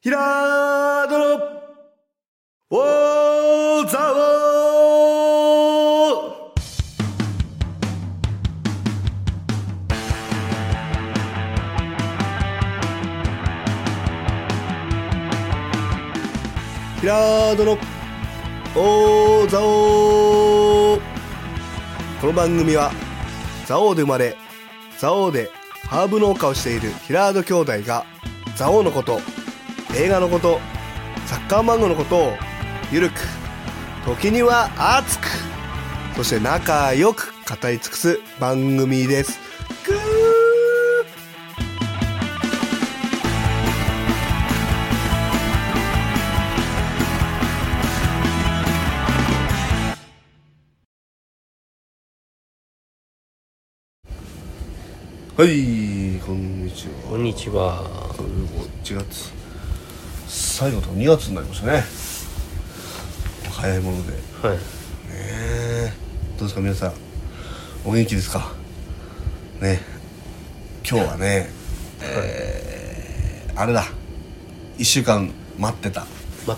平戸の大沢平戸の大沢。この番組は蔵王で生まれ蔵王でハーブ農家をしている平戸兄弟が蔵王のこと、映画のこと、サッカー漫画のことをゆるく、時には熱く、そして仲良く語り尽くす番組です。ぐーはい、こんにちは。 こんにちは。 1月最後と2月になりましたね。早いもので。 はい。 どうですか皆さん、お元気ですかね。今日はね、あれだ、1週間待ってた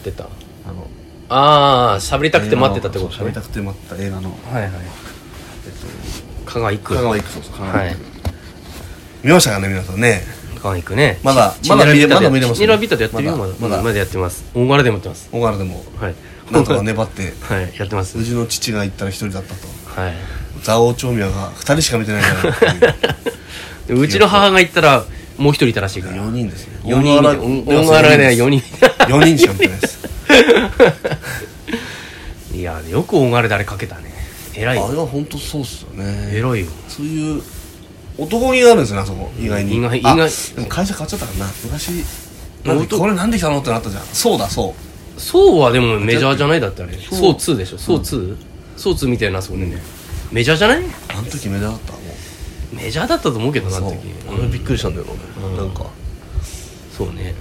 喋りたくて待ってたってことね。 喋りたくて待った映画の、 はいはい。香川行く。 そうはい。見ましたかね皆さんね。 香川行くね。 まだ見れますね。 チネラビッタでやってるよ。まだやってます。大柄でもやってます。 大柄でも、 はい。 なんとか粘ってはいやってます。 うちの父が行ったら1人だったと。 はい。 蔵王町民が2人しか見てないからうちの母が行ったらもう1人いたらしいから 4人ですね。 4人大柄で4人 4人しか見てないですいやよく大柄であれかけたね。偉いよ。 あれは本当そうっすよね。 偉いよ。 そういう男気があるんですよね、あそこ。意外に。 意外でも会社買っちゃったからな昔。これなんで来たのってなったじゃん。そうはでもメジャーじゃない。だってあれそう2でしょ。そう2みたいな。そうね、メジャーじゃない。 あの時メジャーだった。もうメジャーだったと思うけどな。あの時あれびっくりしたんだよな、なんかそうね。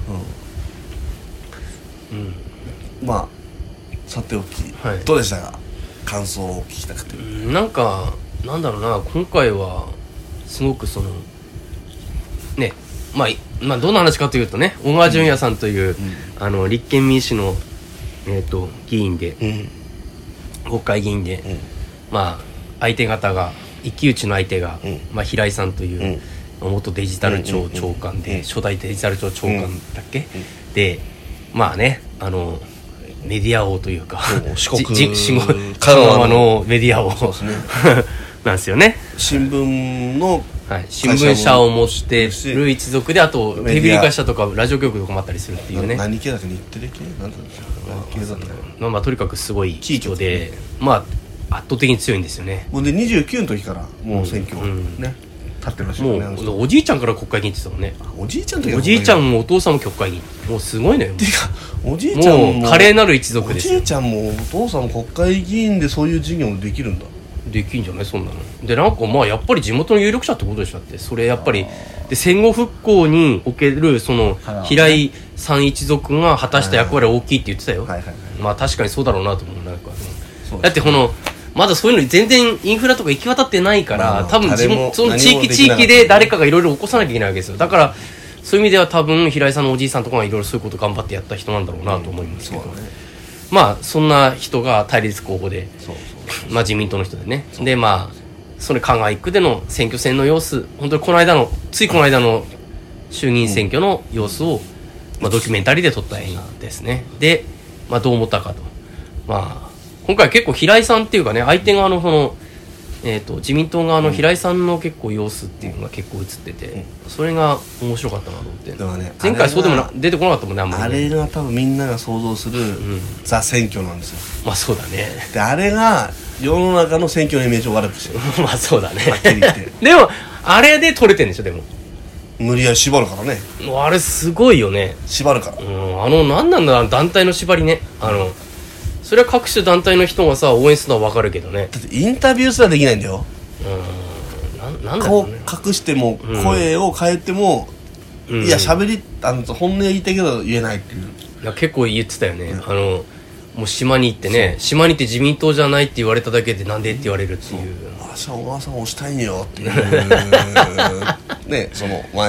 まあさておき、どうでしたか、感想を聞きたくて。 なんかなんだろうな、今回はすごくそのね、まあどんな話かというとね、小川淳也さんという、立憲民主の議員で、国会議員で、まあ相手方が一騎打ちの相手が、平井さんという、元デジタル庁長官で、初代デジタル庁長官だっけ、でまあね、メディア王というか香川のメディア王なんですよね。 新聞の、 新聞社を持ってる一族で、あとテレビ会社とかラジオ局とかもあったりするっていうね。 何系だっけ、日テレ系なんだっけ。 まあとにかくすごい人で、まあ圧倒的に強いんですよね。 もうで29の時からもう選挙ね立ってるらしいよね。 もうおじいちゃんから国会議員って言ってたもんね。 おじいちゃんというかおじいちゃんもお父さんも国会議員、もうすごいのよ。 てかおじいちゃんも華麗なる一族ですよ。 おじいちゃんもお父さんも国会議員でそういう事業もできるんだ。 できんじゃない、そんなの。でなんかまあやっぱり地元の有力者ってことでしょ。だってそれやっぱりで戦後復興におけるその平井さん一族が果たした役割は大きいって言ってたよ。まあ確かにそうだろうなと思う。なんかだってまだそういうの全然インフラとか行き渡ってないから、多分その地域で誰かがいろいろ起こさなきゃいけないわけですよ。だからそういう意味では多分平井さんのおじいさんとかがいろいろそういうこと頑張ってやった人なんだろうなと思いますけど、まあそんな人が対立候補で、まあ自民党の人でね。でまあそれ香川1区での選挙戦の様子、本当についこの間の衆議院選挙の様子を、まあ、ドキュメンタリーで撮った映画ですね。で、まあ、どう思ったかと。まあ今回結構平井さんっていうかね、相手側の自民党側の平井さんの結構様子っていうのが結構映ってて、それが面白かったなと思って。 でもね、 前回そうでも出てこなかったもんね、あんまりね。 あれが多分みんなが想像する、ザ選挙なんですよ。 まあそうだね。 であれが世の中の選挙のイメージを悪くしてるまあそうだね。 はっきり言ってでもあれで取れてんでしょ。でも無理やり縛るからね。 あれすごいよね。 縛るから。 何なんだ団体の縛りね。それは各種団体の人がさ応援するのは分かるけどね。 だってインタビューすらできないんだよ。 なんだろうね。 顔隠しても、声を変えても、いや本音言いたいけど言えないっていう。 いや結構言ってたよね。もう島に行ってね、島に行って自民党じゃないって言われただけでなんでって言われるっていう。 小川さん押したいんよっていうね、その前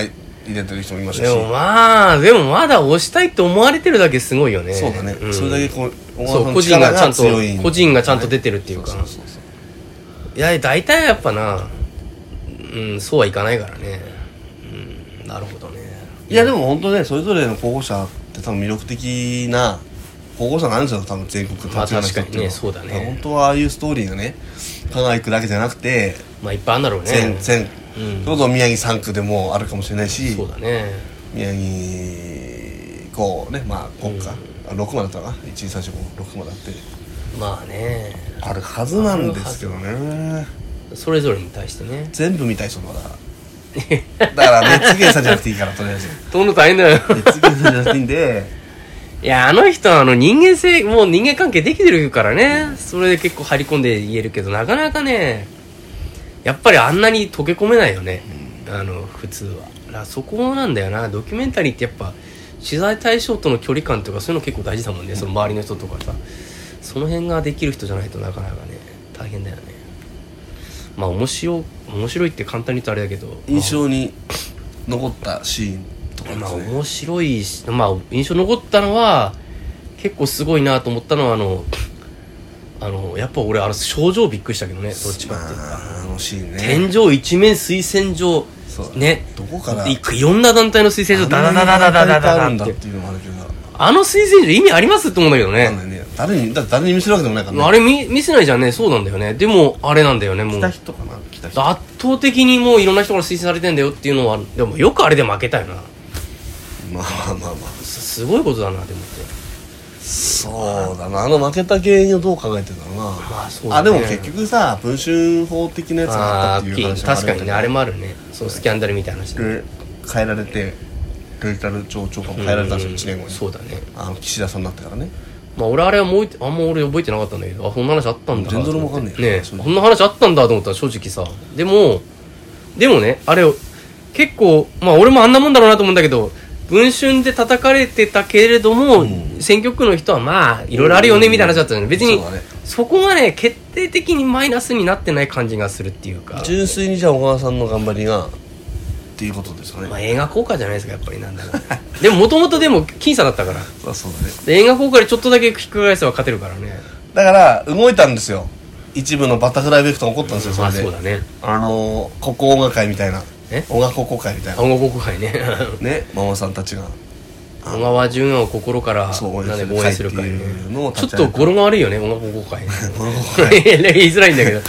入れてる人もいましたし。 でもまだ押したいって思われてるだけすごいよね。 そうだね、それだけこうそう個人がちゃんと個人がちゃんと出てるっていうか。いや大体やっぱな、そうはいかないからね。なるほどね。 いやでも本当ね、それぞれの候補者って多分魅力的な候補者があるんですよ、多分全国まあ確かにね、そうだね。 本当はああいうストーリーがね、香川行くだけじゃなくて、 まあいっぱいあるんだろうね。 それこそ宮城3区でもあるかもしれないし、 そうだね。 宮城こうね、まあ国家、6までだったかな、1、2、3、4、5、6まであって、 まあね、 あるはずなんですけどね。 それぞれに対してね。 全部見たい人だから熱源さんじゃなくていいから、とりあえずどんどん大変だよ。 熱源さんじゃなくていいんでいや、あの人は人間性、もう人間関係できてるからね、それで結構張り込んで言えるけど、なかなかね、やっぱりあんなに溶け込めないよね、普通は。だからそこなんだよな、ドキュメンタリーってやっぱ取材対象との距離感とかそういうの結構大事だもんね、その周りの人とかさ、その辺ができる人じゃないとなかなかね、大変だよね。まあ面白いって簡単に言うとあれだけど、 印象に残ったシーンとかですね。 まあ面白いし、まあ印象に残ったのは結構すごいなと思ったのはやっぱ俺症状びっくりしたけどね、どっちかっていうとあのシーンね、 天井一面水洗場ね、 どこからいろんな団体の水洗場ダダダダダダダダダってっていうのもあるけど、 水洗場意味ありますって思うんだけどね。 誰に見せるわけでもないからね。 あれ見せないじゃんね。そうなんだよね。でもあれなんだよね、もう来た人かな、 圧倒的にもういろんな人から推薦されてんだよっていうのは、でもよくあれで負けたよな。 まあすごいことだなって思って。 そうだな、負けた原因をどう考えてるんだろうな。 まあそうだね。 でも結局さ、文春法的なやつがあったっていう話もある。 確かにね、あれもあるね。そのスキャンダルみたいな話で変えられて、デジタル庁長官も変えられたんですよ、1年後に。 そうだね。 岸田さんになってからね。 まあ俺あれはあんま俺覚えてなかったんだけど、そんな話あったんだ。 全然わかんねえね。そんな話あったんだと思ったら正直さ。でもね、あれ結構、まあ俺もあんなもんだろうなと思うんだけど、文春で叩かれてたけれども、選挙区の人はまあいろいろあるよねみたいな話だったので、別にそこがね決定的にマイナスになってない感じがするっていうか、 純粋にじゃあ小川さんの頑張りがっていうことですかね。 まあ映画効果じゃないですか、やっぱり。なんだろうでももともとでも僅差だったからそうだね。 で映画効果でちょっとだけひっくり返せば勝てるからね。 だから動いたんですよ、一部のバタフライベクトが起こったんですよ、それで。 そうだね。 国語音楽会みたいな、音楽国語会みたいな音楽国会ねね、ママさんたちが小川淳を心から応援する会ね。ちょっと語呂が悪いよね、音楽国語会言いづらいんだけど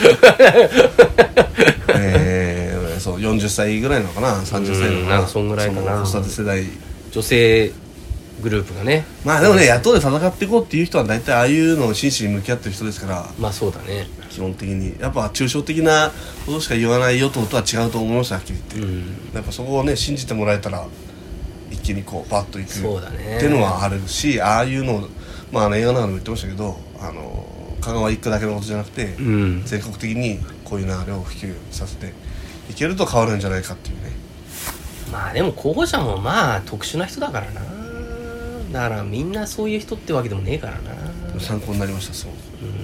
そう40歳ぐらいなのかな、30歳なのかな、 なんかそんぐらいかな、 子育て世代女性グループがね。 まあでもね、野党で戦っていこうっていう人は大体ああいうのを真摯に向き合ってる人ですから。 まあそうだね。 基本的にやっぱ抽象的なことしか言わない与党とは違うと思いました、はっきり言って。やっぱそこをね信じてもらえたら一気にこうバッといくっていうのはあるし、ああいうのをまあ映画の中でも言ってましたけど、香川一区だけのことじゃなくて、全国的にこういう流れを普及させていけると変わるんじゃないかっていうね。 まあでも候補者もまあ特殊な人だからな。だからみんなそういう人ってわけでもねえからな。 参考になりました。そう、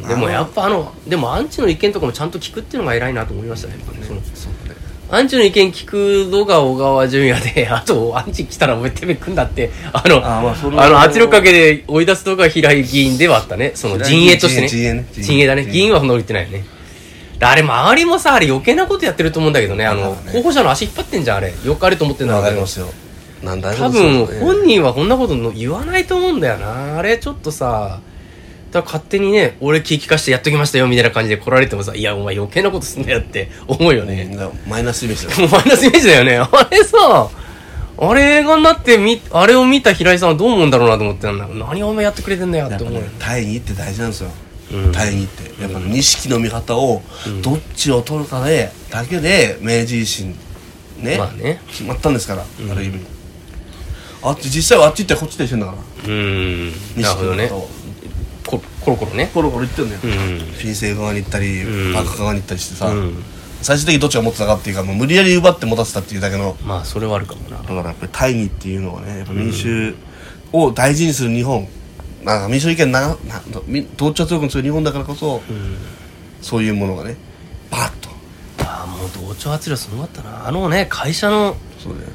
でもやっぱでもアンチの意見とかもちゃんと聞くっていうのが偉いなと思いましたね。 そうだね。 アンチの意見聞くのが小川淳也で、あとアンチ来たらお前てめえ来んだって圧力かけで追い出すのが平井議員ではあったね。その陣営としてね。陣営だね。議員はそんな言ってないよね。あれ周りもさ、あれ余計なことやってると思うんだけどね。候補者の足引っ張ってんじゃん、あれ。よくあると思ってんだわかりますよ。 多分本人はこんなこと言わないと思うんだよな。あれちょっとさ、だから勝手にね、俺気利かしてやっときましたよみたいな感じで来られてもさ、いやお前余計なことすんだよって思うよね。 マイナスイメージだよ。 マイナスイメージだよね。あれさ、あれ映画になってあれを見た平井さんはどう思うんだろうなと思ってたんだ。何をお前やってくれてんだよって思うよ。 大義って大事なんですよ。大義ってやっぱ錦の味方をどっちを取るかでだけで明治維新ね、決まったんですから、ある意味。実際はあっち行ったらこっちでしてんだから。 なるほどね。コロコロね。 コロコロ行ってんだよ。新生側に行ったり幕府側に行ったりしてさ、最終的にどっちが持ってたかっていうか、もう無理やり奪って持たせたっていうだけの。 まあそれはあるかもな。 だからやっぱり大義っていうのはね、やっぱ民衆を大事にする日本、なんか民主意見同調圧力にする日本だからこそ、そういうものがねパッと。 もう同調圧力すごかったな。会社の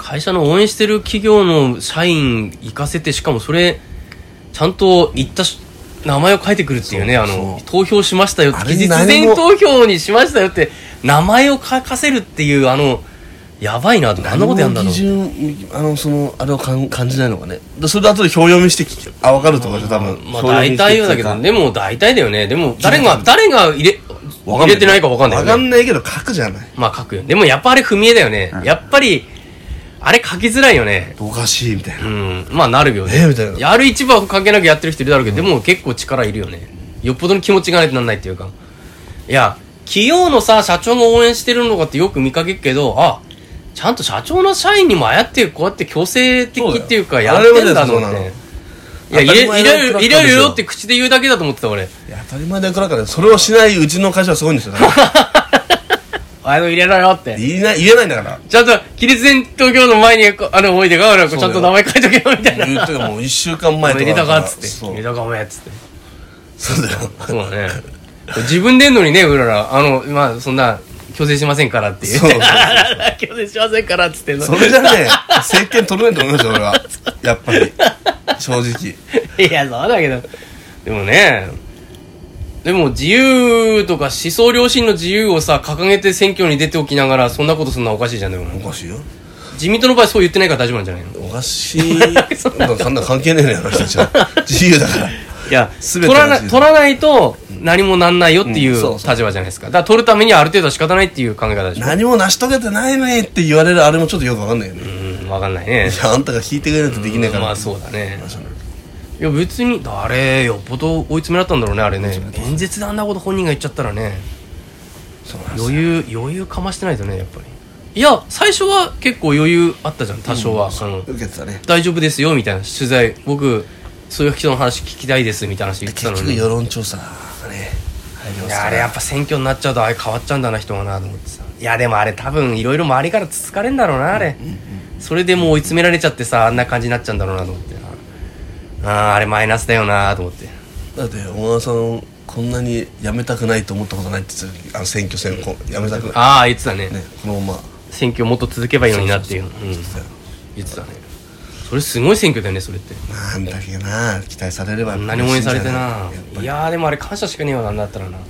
会社の応援してる企業の社員行かせて、しかもそれちゃんと言った名前を書いてくるっていうね、投票しましたよって、期日前投票にしましたよって名前を書かせるっていう、やばいなとか、あんなことやんだろう。 あれを感じないのかね。それで後で表読みして分かるとかじゃ多分。 まあ大体よだけど、でも大体だよね。でも誰が入れてないか分かんないよね。 分かんないけど書くじゃない。 まあ書くよ。でもやっぱあれ踏み絵だよね。やっぱりあれ書きづらいよね。 おかしいみたいな。 まあなるよね。 みたいな。 やる一番関係なくやってる人いるだろうけど、でも結構力いるよね。よっぽどの気持ちがないとなんないっていうか。いや、企業のさ、社長が応援してるのかってよく見かけるけど、ちゃんと社長の社員にもああやってこうやって強制的っていうかやってんだと思って。いや、入れるよって口で言うだけだと思ってた俺。いや、当たり前だから、それをしないうちの会社はすごいんですよ。 入れろよって言えないんだから。 ちゃんと期日前投票の前においでがちゃんと名前書いとけよみたいな。 言うとかもう1週間前とか。 入れたかっつって。入れたかお前っつって。 そうだよ。 そうだね。自分でんのにね、うららまあそんな強制しませんからっていう。強制しませんからっつって。 それじゃね、政権取れないと思いますよ俺は。やっぱり正直。 いやそうだけど、でもね。でも自由とか思想良心の自由をさ掲げて選挙に出ておきながらそんなことするのはおかしいじゃん。でもおかしいよ。 自民党の場合そう言ってないから大丈夫なんじゃないの。 おかしい。そんな関係ねえねあの人たちは。自由だから。いや取らないと何もなんないよっていう立場じゃないですか。だから取るためにはある程度は仕方ないっていう考え方でしょ。 何も成し遂げてないねって言われるあれもちょっとよく分かんないよね。 分かんないね。 いやあんたが引いてくれないとできないから。 まあそうだね。いや別にあれよっぽど追い詰められたんだろうねあれね。現実であんなこと本人が言っちゃったらね、余裕かましてないとねやっぱり。いや最初は結構余裕あったじゃん多少は。 受けてたね。 大丈夫ですよみたいな取材、僕そういう人の話聞きたいですみたいな話言ってたのに。 結局世論調査がねいやあれやっぱ選挙になっちゃうとあれ変わっちゃうんだな人がなと思ってさ。いやでもあれ多分いろいろ周りからつつかれんだろうなあれ。それでもう追い詰められちゃってさあんな感じになっちゃうんだろうなと思ってな。あれマイナスだよなと思って。 だって小川さんこんなに辞めたくないと思ったことないって言ってた。選挙戦辞めたくない。 言ってたね。 このまま選挙もっと続けばいいのになっていう言ってたね。それすごい選挙だよねそれって。 なんだっけな、期待されれば何も応援されてな。いやでもあれ感謝しかねえわなんだったらな。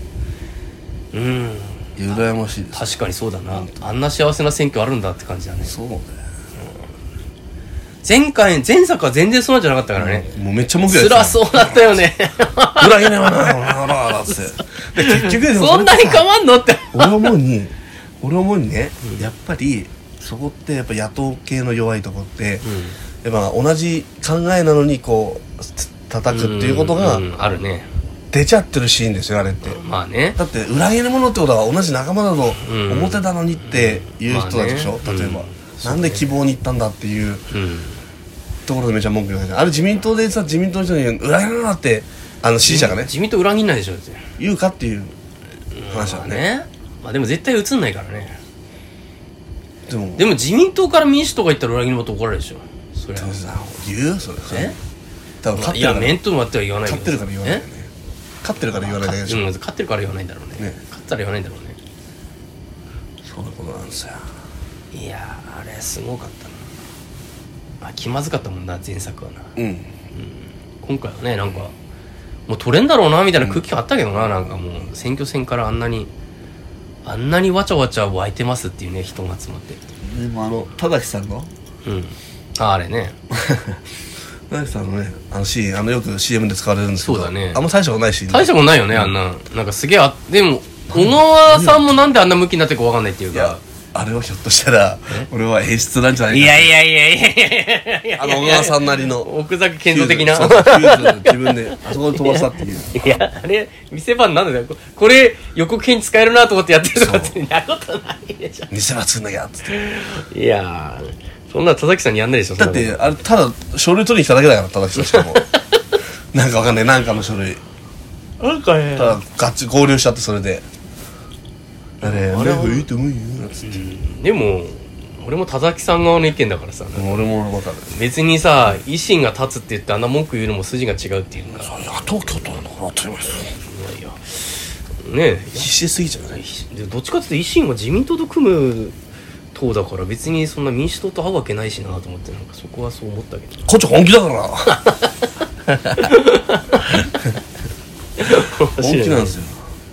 羨ましいです。 確かにそうだな。あんな幸せな選挙あるんだって感じだね。 そうだよ。 前作は全然そうなんじゃなかったからね。 もうめっちゃ文句やつ辛そうだったよね。 裏切れはなって結局そんなに変わんのって俺思うにね、やっぱりそこってやっぱ野党系の弱いとこって、やっぱ同じ考えなのにこう叩くっていうことがあるね。 出ちゃってるシーンですよあれって。 まあね。 だって裏切り者ってことは同じ仲間だと思ってたのにっていう人たちでしょ。例えばなんで希望に行ったんだっていうところでめちゃ文句言われて、あれ自民党でさ、自民党の人に裏切るなって支持者がね自民党裏切んないでしょって言うかっていう話だね。 まあでも絶対映んないからね。 でも自民党から民主党が言ったら裏切り者って怒られるでしょそれ。 言うそれ多分勝ってるから。 いや面と向かっては言わないけど。 勝ってるから言わないよね。勝ってるから言わないだけでしょ。 勝ってるから言わないんだろうね。勝ったら言わないんだろうね。 そんなことなんですよ。 いやあれすごかったな。気まずかったもんな前作はな。今回はねなんかもう取れんだろうなみたいな空気感あったけどな。なんかもう選挙戦からあんなにわちゃわちゃ湧いてますっていうね人が集まって。 でも田崎さんのあれね田崎さんのねシーンよく CM で使われるんですけど。 そうだね。 あんま大したことないシーン。 大したことないよねあんな。なんかすげえでも小川さんもなんであんな向きになってるか分かんないっていうか。 あれはひょっとしたら俺は演出なんじゃないか。 いや小川さんなりの奥崎健三的な自分であそこで飛ばしたっていう。 いやあれ見せ場なんだよこれ予告編に使えるなと思ってやってるとかってなことないでしょ。 見せ場作んなきゃっつって。 いやそんな田崎さんにやんないでしょ。 だってあれただ書類取りに来ただけだから田崎さんしかもなんかわかんないなんかの書類なんかねただガッチ合流しちゃってそれであれいいと思うよでも俺も田崎さん側の意見だからさ。 俺も分かる。 別にさ維新が立つって言ってあんな文句言うのも筋が違うっていうか。 野党共闘の当たり前ですよ。 いやね必死すぎちゃうね。 どっちかっていうと維新は自民党と組む党だから別にそんな民主党と会うわけないしなと思って、なんかそこはそう思ったけど、 こっち本気だから本気なんですよ。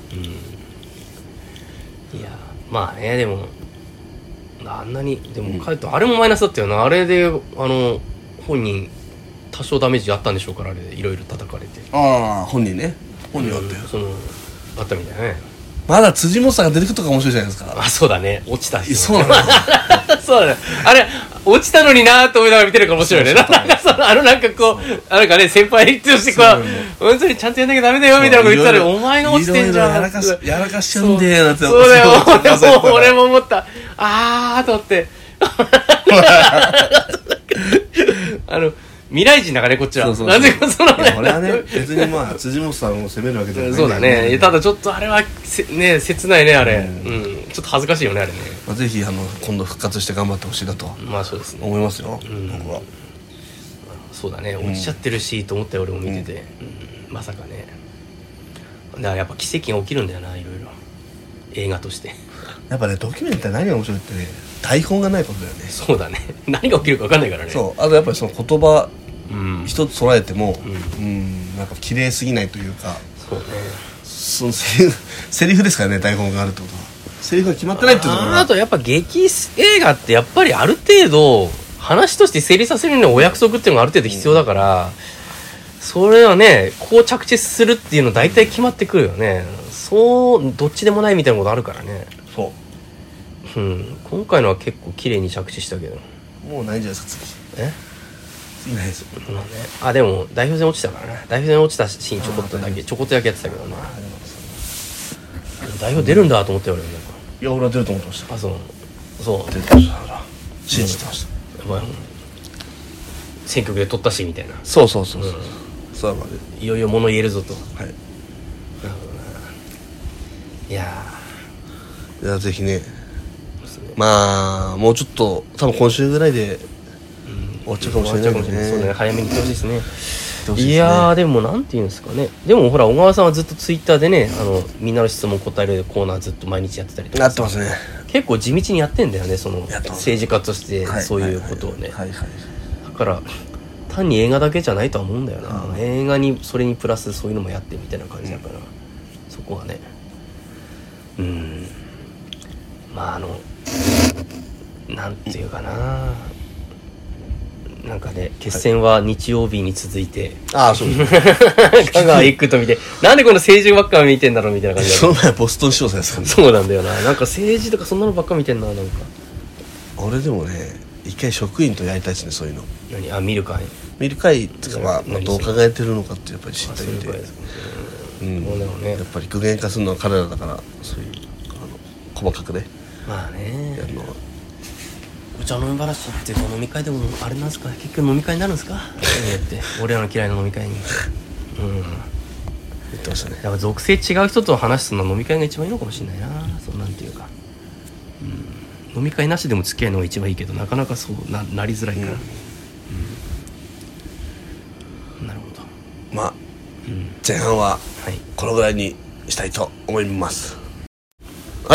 いやまあね、でもあんなにでも帰って、あれもマイナスだったよな。あれで本人多少ダメージあったんでしょうから、あれでいろいろ叩かれて。 ああ本人ね、本人あったよ、 そのあったみたいね。 まだ辻元さんが出てくるとか面白いじゃないですか。 あ、そうだね、落ちたし。 そうなんだそうだね、あれ落ちたのになーと思いながら見てるから面白いね。なんかそのなんかこうなんかね、先輩としてこう本当にちゃんとやんなきゃダメだよみたいなこと言ったら、お前が落ちてんじゃん、 やらかしちゃうんでなんて。 そうだよ、俺も思った。あーと思って未来人だからね、こっちは。 そうなぜかそのね、 俺はね別にまあ辻元さんを責めるわけじゃないんだけど、 そうだね。ただちょっとあれはね、切ないね、あれ。ちょっと恥ずかしいよね、あれね。 まあ、ぜひ今度復活して頑張ってほしいなとまあそうですね、 思いますよ、僕は。 そうだね、落ちちゃってるしと思ったよ、俺も見てて。まさかね。だからやっぱ奇跡が起きるんだよな、いろいろ映画として。 やっぱね、ドキュメンタリー何が面白いってね、台本がないことだよね。 そうだね、何が起きるか分かんないからね。 そう、あとやっぱりその言葉一つ捉えてもなんか綺麗すぎないというか、 そうね、 そのセリフですからね、台本があるってことは。セリフが決まってないっていうところが。 あとやっぱ劇映画ってやっぱりある程度話として成立させるのにお約束っていうのがある程度必要だから、それはね、こう着地するっていうの大体決まってくるよね。そうどっちでもないみたいなことあるからね。 そう、 今回のは結構綺麗に着地したけど。 もうないんじゃないですか、次ないですよ。 まあね、あ、でも代表戦落ちたからね。代表戦落ちたシーンちょこっとだけ、ちょこっとだけやってたけどね。代表出るんだと思ったよ、俺。なんか、 いや、俺は出ると思ってました。 あ、そう出てました。信じてました。 まあ、選挙区で取ったしみたいな。 そうそうそうそう、そうまでいよいよ物言えるぞと。 はい。 なるほどな。いやいや、ぜひね、 ですね、 まあもうちょっと多分今週ぐらいで終わっちゃうかもしれないけどね。 そうね、早めに来てほしいですね。 いいやー、でもなんていうんですかね。でもほら、小川さんはずっとツイッターでね、みんなの質問答えるコーナーずっと毎日やってたりとか。 なってますね。 結構地道にやってんだよね、そのやってます政治家としてそういうことをね。 はいはい。 だから単に映画だけじゃないとは思うんだよな。映画にそれにプラスそういうのもやってみたいな感じだから、そこはね、まあなんていうかな、なんかね、決戦は日曜日に続いて、 ああ、そうです香川行くと見て、なんでこの政治ばっか見てんだろうみたいな感じで。 その前ボストン商社ですからね。 そうなんだよな。なんか政治とかそんなのばっか見てんな、なんか。 俺でもね、一回職員とやりたいですね、そういうの。 何、見るかい。 見る会っていうか、まあどう考えてるのかってやっぱり知りたいんで。 そうだろうね。 やっぱり具現化するのは彼らだから、そういう細かくね、 まあね、 やるのは。 お茶飲み話っていうか、飲み会でもあれなんですか、結局飲み会になるんですかって俺らの嫌いな飲み会に言ってましたね。 だから属性違う人と話すの飲み会が一番いいのかもしれないな。そうなんていうか、飲み会なしでも付き合いの方が一番いいけど、なかなかそうなりづらいから、なるほど。 まあ、前半ははい、 このぐらいにしたいと思います。はい、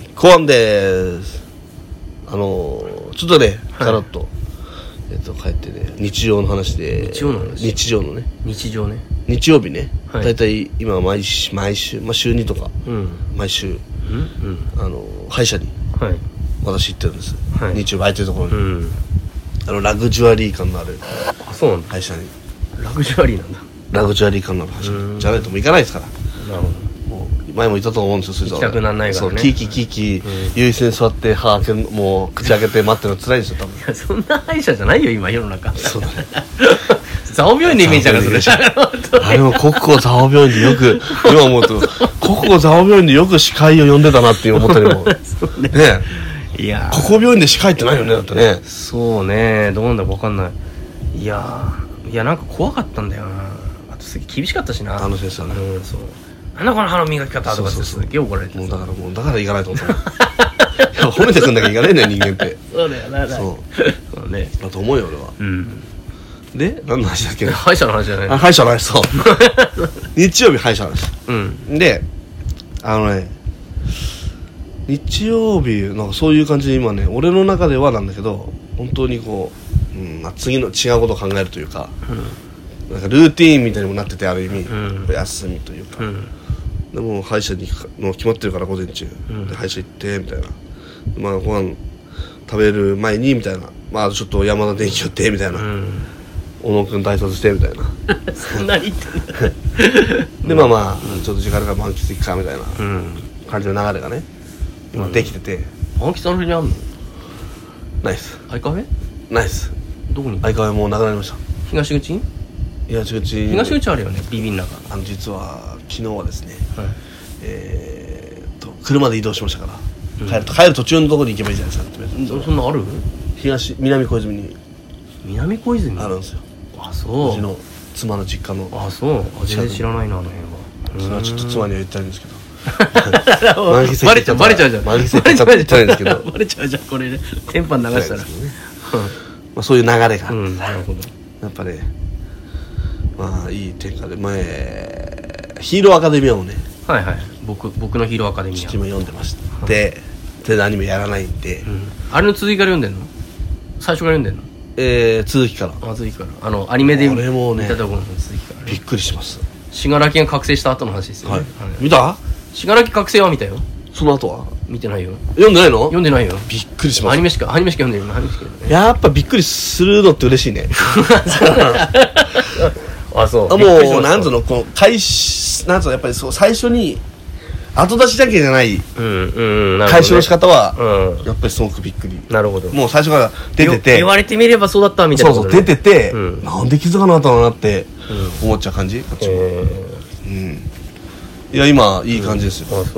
後半です。ちょっとね、ガラッと、帰ってね、日常の話で、日常のね、日曜日ね、だいたい今毎週、まあ週2とか、毎週、歯医者に、私行ってるんです。日曜日空いてるところに、ラグジュアリー感のある歯医者に。 ラグジュアリーなんだ。 ラグジュアリー感のある歯医者じゃないともう行かないですから。 なるほど。 前も言ったと思うんですよ。 行きたくなんないからね。 そう、キーキー優位性に座って歯開けもう口開けて待ってるの辛いですよ、多分。 いや、そんな歯医者じゃないよ今世の中。 そうだね。 蔵王病院のイメージだからそれ。 あれも国交蔵王病院でよく今思うと国交蔵王病院でよく歯科医を呼んでたなって思ったりもね。いや、ここ病院で歯科医ってないよね、だってね。 そうね、どうなんだか分かんない。いやなんか怖かったんだよな。あとすげえ厳しかったしな、 あの先生はね。 そう、なんだこの歯の磨き方とかってすげえ怒られて。 もうだから行かないと思った。褒めてくんだけど行かないんだよ、人間って。 そうだよな。 そうね、だと思うよ俺は。で、何の話だっけ。 歯医者の話じゃない。 歯医者の話。そう日曜日歯医者の話。で、 日曜日なんかそういう感じで今ね俺の中ではなんだけど本当にこう、次の違うことを考えるというか、なんかルーティーンみたいにもなっててある意味、休みというか、でも歯医者に行くの決まってるから午前中、で歯医者行ってみたいな、まあご飯食べる前にみたいな、まあちょっと山田電機寄ってみたいな、小野くん大卒してみたいなそんなに言ってんだでまあちょっと時間が満喫いくかみたいな感じの流れがね今できてて、 満喫のふりにあんの？ ナイスアイカフェ？ ナイス。 どこに？ 相川もうなくなりました。 東口？ 東口あるよね、ビビン中。 実は昨日はですね、 はい、 車で移動しましたから、帰る途中のところに行けばいいじゃないですか。 そんなある？ 南小泉に南小泉あるんですよ。 あ、そう。 うちの妻の実家の。 あ、そう。全然知らないな、あの辺は。 それはちょっと妻には言ってないんですけどバレちゃうじゃん。 満喫席って言ってないんですけどバレちゃうじゃん、これね。テンパン流したら、 まあそういう流れがあって、 なるほど。 やっぱね、まあいい展開でヒーローアカデミアをね、 はいはい、僕のヒーローアカデミア今読んでました。でアニメやらないんで、 あれの続きから読んでんの？最初から読んでんの？ 続きから。 続きから。アニメで見たところの続きから。 びっくりします。 信楽が覚醒した後の話ですよね。 はい。見た？ 信楽覚醒は見たよ。 その後は見てないよ。 読んでないの？ 読んでないよ。 びっくりします。 アニメしか読んでるよ。 やっぱびっくりするのって嬉しいね。 あ、そう。 もうなんつうのこのなんつうのやっぱりそう最初に後出しだけじゃない回収の仕方はやっぱりすごくびっくり。 なるほど。 もう最初から出てて言われてみればそうだったみたいな。 そう出ててなんで気づかなかったのかなって思っちゃう感じ。こっちも。いや今いい感じですよ。 あ、そう。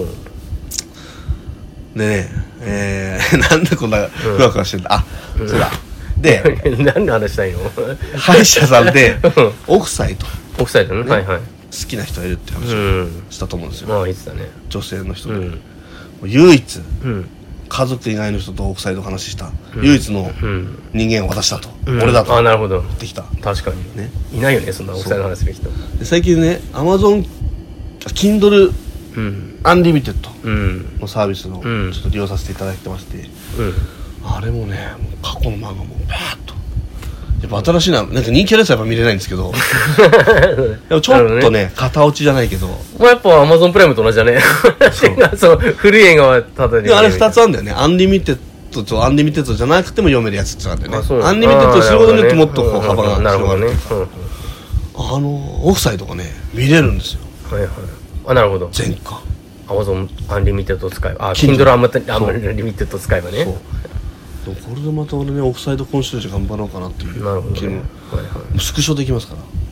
でね、なんでこんなふわふわしてんだ。あ、そうだ。で何の話したいの？ 歯医者さんでオフサイドね。はいはい。 好きな人がいるって話をしたと思うんですよ。 まあ言ってたね。 女性の人で唯一家族以外の人とオフサイド話した唯一の人間が私だと、俺だと。 あ、なるほど。 できた。 確かにね。いないよね、そんなオフサイド話する人。 最近ね、Amazon Kindle Unlimited のサービスのちょっと利用させていただいてまして、あれもね、もう過去の漫画もバーッとやっぱ新しいなんか人気あるやつはやっぱ見れないんですけどでもちょっとね片落ちじゃないけど、 まあやっぱ Amazon プライムと同じだね。そう古い映画はただであれ2つあるんだよね。アンリミテッドとアンリミテッドじゃなくても読めるやつってあるんだよね。アンリミテッドすることによってもっとこう幅が広がる。オフサイドがね見れるんですよ。 はいはい。あ、なるほど。 全巻 Amazon アンリミテッド使えば、Kindle アンリミテッド使えばね。そう。 でもこれでまた俺ねオフサイド今週で頑張ろうかなっていう。 なるほどね。 スクショできますから。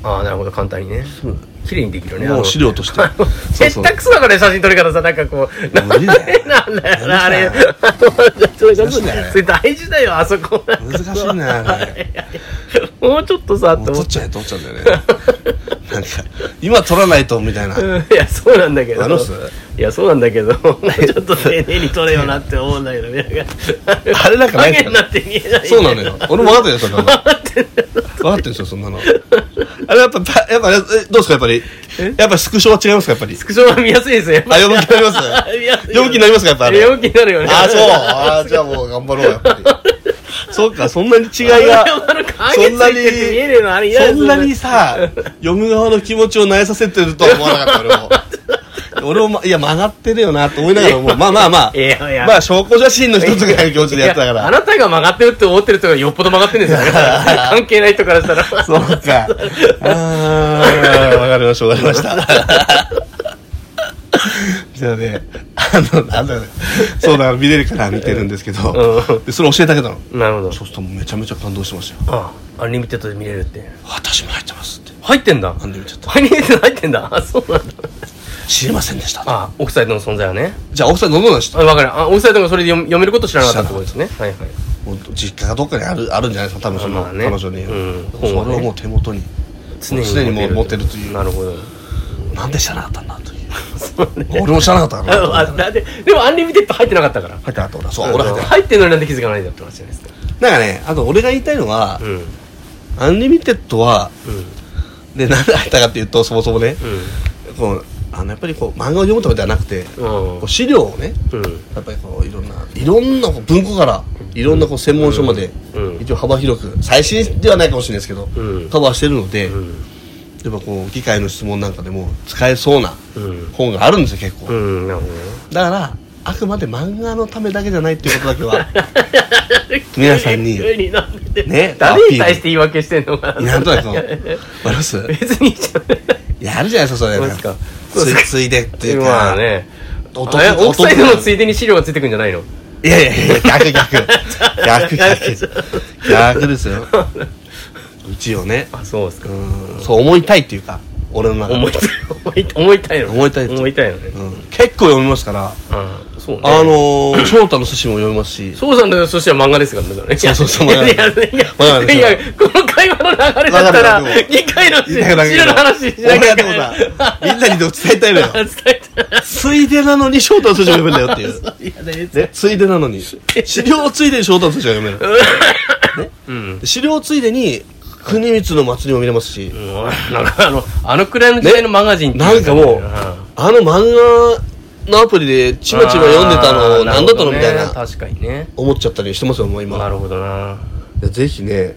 ああ、なるほど。簡単にね。綺麗にできるね。 もう資料として。 へったくそだから写真撮り方さ、なんかこうなんだよなあれ。それ大事だよ、あそこ。 難しいねあれ。 もうちょっとさって撮っちゃうんだよね。なんか今撮らないとみたいな。 いやそうなんだけど。いやそうなんだけど、ちょっと丁寧に撮れよなって思うんだけど、 あれなんかない影になって見えない。 そうなのよ。俺も分かってるよそんなの。分かってるんですよそんなの。あれやっぱどうですかやっぱりスクショは違いますかやっぱり。 スクショは見やすいですよ。 読む気になります。読む気になりますかやっぱり。 読む気になるよね。 あ、そう。あ、じゃあもう頑張ろうやっぱり。そうか、そんなに違いがそんなにさ読む側の気持ちを萎えさせてるとは思わなかった俺もいや曲がってるよなと思いながらもまあ証拠写真の一つぐらいの気持ちでやってたから。 あなたが曲がってるって思ってる人がよっぽど曲がってるんですよね。関係ない人からしたら。 そうか。わかりましたじゃあね、なんだろうね、そうだから見れるから見てるんですけど、でそれ教えてあげたの。 なるほど。 そうするとめちゃめちゃ感動してましたよ。 ああ、アンリミテッドで見れるって。 私も入ってますって。 入ってんだ。 アンリミテッド。 アンリミテッド入ってんだ。あ、そうなんだ。 知りませんでした。 あ、オフサイドの存在はね。 じゃあオフサイドどうなんでした？ わかる。オフサイドがそれで読めること知らなかったってことですね。はいはい。 実家がどっかにあるんじゃないですか多分その彼女に。それをもう手元に常にもう持ってるという。 なるほど。 なんで知らなかったんだという。俺も知らなかったからでもアンリミテッド入ってなかったから。 入ってなかった俺。そう俺入ってんのになんで気づかないんだって話じゃないですか。 なんかね、あと俺が言いたいのはアンリミテッドはでなんで入ったかっていうとそもそもね、こうやっぱりこう漫画を読むとかではなくて、こう資料をね、やっぱりこういろんなこう文庫からいろんなこう専門書まで、一応幅広く最新ではないかもしれないですけど、カバーしてるので、やっぱこう議会の質問なんかでも使えそうな本があるんですよ結構、 なるほどね。 だからあくまで漫画のためだけじゃないっていうことだけは皆さんにね、誰に対して言い訳してんのかな。 なんとなくわかります？ 別にいいじゃん。 やるじゃないですかそれ。 そうですか。 ついでっていうか、 まあね、オフサイドのついでに資料がついてくんじゃないの？ いや逆ですよ一応ね。 あ、そうですか。 そう思いたいっていうか、俺の中で思いたいのね。 結構読みますから。 そうね。 翔太の寿司も読みますし。 翔さんの寿司は漫画ですからね。 そう漫画。 いや、この会話の流れだったら議会の資料の話しなきゃいけない。 みんなにでも伝えたいのよ。ついでなのに翔太の寿司を読めるんだよっていう。ついでなのに資料ついでに翔太の寿司が読める。資料ついでに国光の祭りも見れますし、 なんかあのくらいの時代のマガジンってなんかもう漫画のアプリでちまちま読んでたの何だったのみたいな、 確かにね、 思っちゃったりしてますよもう今。 なるほどな。 ぜひね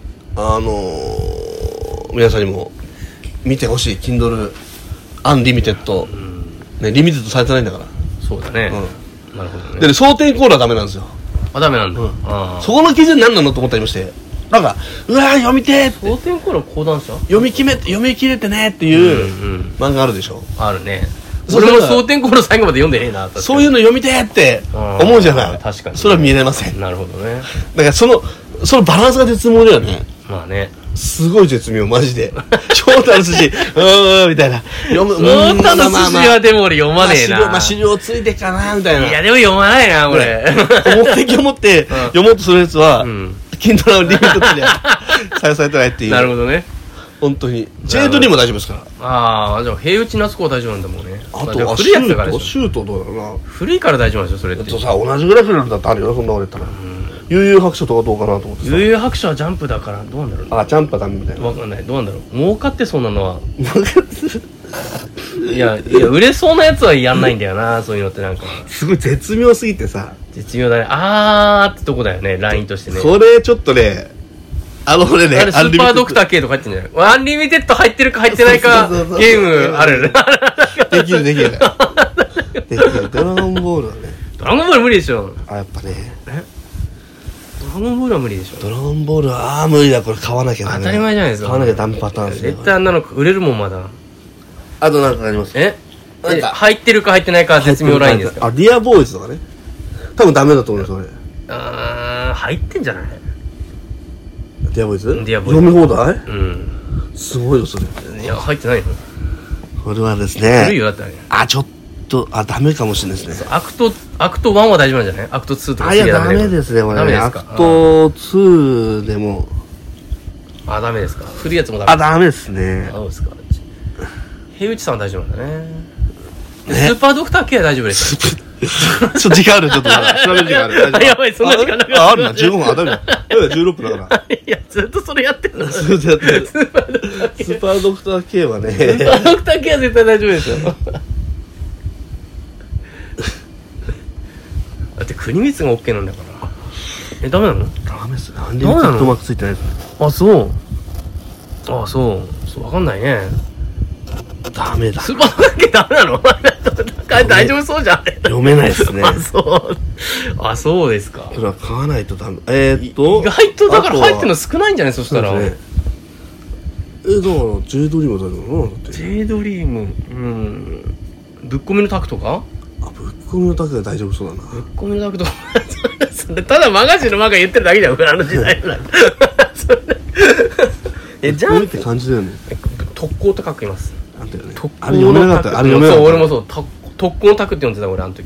皆さんにも見てほしい Kindle アンリミテッド、ね、リミテッドされてないんだから。 そうだね、なるほどね。 でね、蒼天コーラはダメなんですよ。 あ、ダメなんだ。 そこの基準何なのと思ったりもして、なんかうわー読みてーって、 蒼天コーラ講談社読み切れてねっていう漫画あるでしょ。あるね。俺も蒼天コーラ最後まで読んでねえな。 そういうの読みてーって思うじゃない。 確かにそれは見れません。 なるほどね。 だからそのバランスが絶妙だよね。 まあね、 すごい絶妙マジで。翔太の寿司みたいな。 翔太の寿司はでも俺読まねえな。 資料ついてかなみたいな。 いやでも読まないな俺。 目的を持って読もうとするやつはKindleのリミットで採用されてないっていう。 なるほどね。 本当に J2 も大丈夫ですから。 ああ、じゃあ平内夏子は大丈夫なんだもんね。 あとは古いやつだからでしょ。 シュートどうだろうな。 古いから大丈夫なんですよそれって。 さ、同じぐらい古いんだってあるよそんな俺言ったら。悠々白書とかどうかなと思ってさ。 悠々白書はジャンプだからどうなんだろうね。 ジャンプはダメみたいな。 わかんない。どうなんだろう。儲かってそうなのは。いや売れそうなやつはやんないんだよな。そういうのってなんかすごい絶妙すぎてさ。 絶妙だね。あーってとこだよね。ラインとしてね。 それちょっとね。俺ね、 スーパードクター K とか入ってんじゃない？アンリミテッド入ってるか入ってないかゲームある。 できる。ドラゴンボールはね。 ドラゴンボール無理でしょ。 やっぱね。 ドラゴンボールは無理でしょ。 ドラゴンボールは無理だ。これ買わなきゃ当たり前じゃないですか。 買わなきゃダメパターンですね。 絶対あんなの売れるもんまだ。 あとなんかあります？ 入ってるか入ってないか絶妙ラインですか？ ディアボーイズとかね。多分ダメだと思うんですよ俺。入ってんじゃない？ ディアボーイズ？ ディアボーイズ。 読み放題？すごいよそれ。 いや入ってないの？ これはですね。 古いよだってあれ。 ちょっとダメかもしれないですね。 アクト1は大丈夫なんじゃない？アクト2とか。 いやダメですねこれ。アクト2でも。 ダメですか？古いやつもダメ。 ダメですね。 そうですか。平内さんは大丈夫なんだね。スーパードクター K は大丈夫ですか？ ちょっと時間ある。ちょっと調べる時間ある。 やばい、そんな時間なかった。 あるな、15分。ダメだ。16分だから。 いや、ずっとそれやってるの。 ずっとやってる。スーパードクター K はね。スーパードクター K は絶対大丈夫ですよ。だって国光が OK なんだから。ダメなの？ ダメっすね。アンリミテッドマークついてないですね。 そう。わかんないね。 ダメだ。 スーパードクター K ダメなの？大丈夫そうじゃん。 読めないですね。 そうですか。 それは買わないとダメ。 意外とだから入ってるの少ないんじゃない？そしたら。だから J ドリームは大丈夫なの？ J ドリーム、ぶっ込みのタクとか？ ぶっ込みのタクが大丈夫そうだな。 ぶっ込みのタクとかただマガジンのマガ言ってるだけじゃん。あの時代のじゃんって感じだよね。 特攻と書きます。 なんだよね。あれ読めなかった。 そう俺もそう特攻のタクって読んでた俺あの時。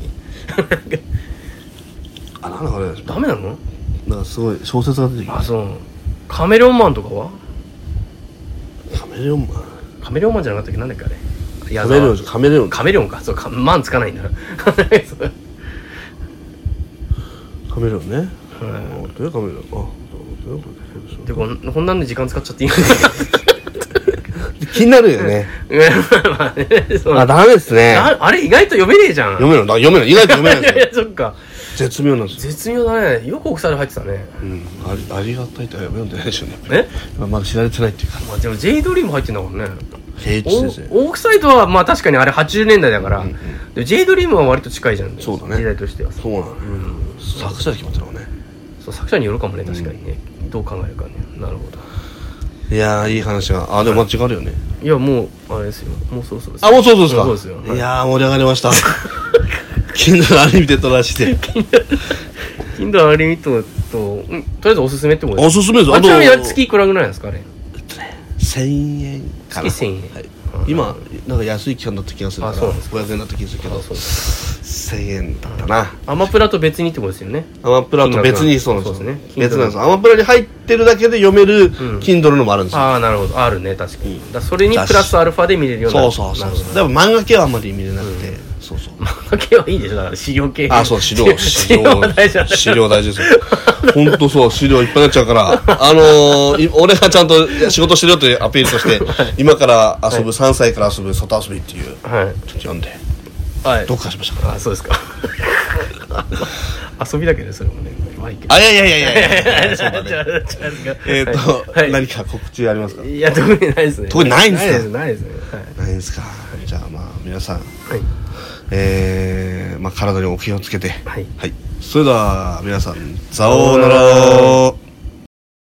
なんかあれダメなの？ なんかすごい小説が出てきた。 そう。カメレオンマンとかは？ カメレオンマンじゃなかったっけ？なんだっけあれ。カメレオンか。そうマンつかないんだな。 カメレオンね。カメレオン。 でこんなんで時間使っちゃっていいの？ 気になるよね。 まあね、そうあ、ダメですね。 あれ意外と読めねえじゃん。 読めない。意外と読めないですよ。 いやそっか。 絶妙なんですよ。 絶妙だね。よくお腐れ入ってたね。 うん。ありがたいって読んでないでしょうね。まだ知られてないっていうか。 まあでも J ドリーム入ってんだからね。 平地ですね。 オークサイドはまあ確かにあれ80年代だから、で J ドリームは割と近いじゃん。 そうだね。 時代としては。 そうなの。作者で決まったのね。 そう、作者によるかもね、確かにね。どう考えるかね。なるほど。 いやー、いい話が。あ、でも間違うよね。 いや、もうあれですよ。もうそろそろです。 あ、もうそうですか。 そうですよ。 いやー、盛り上がりました。Kindle Unlimited らしいで。 Kindle Unlimited と、とりあえずおすすめってことですか。 おすすめです。 ちなみに月いくらぐらいなんですか、あれ。 1000円かな。 月1000円。 はい。今なんか安い期間だった気がするから500円だった気がするけど1000円だったな。 アマプラと別にってことですよね。 アマプラと別にそうなんですよね。 別なんです。アマプラに入ってるだけで読める Kindle のもあるんですよ。 ああ、なるほど。あるね、確かに。それにプラスアルファで見れるような。 そうでも漫画系はあんまり見れなくて。そう漫画系はいいでしょ。だから資料系。 あ、そう、資料大事ですよ。ほんとそう、資料いっぱいになっちゃうから俺がちゃんと仕事してるよというアピールとして今から遊ぶ3歳から遊ぶ外遊びっていうちょっと読んで読破しましたから。 あ、そうですか。遊びだけどそれもね。 あ、いやそうだね。何か告知ありますか。 いや、特にないですね。 特にないんですか。 ないですね。 ないですか。じゃあまあ皆さんまあ体にお気をつけて。はい。それでは皆さん、さようなら。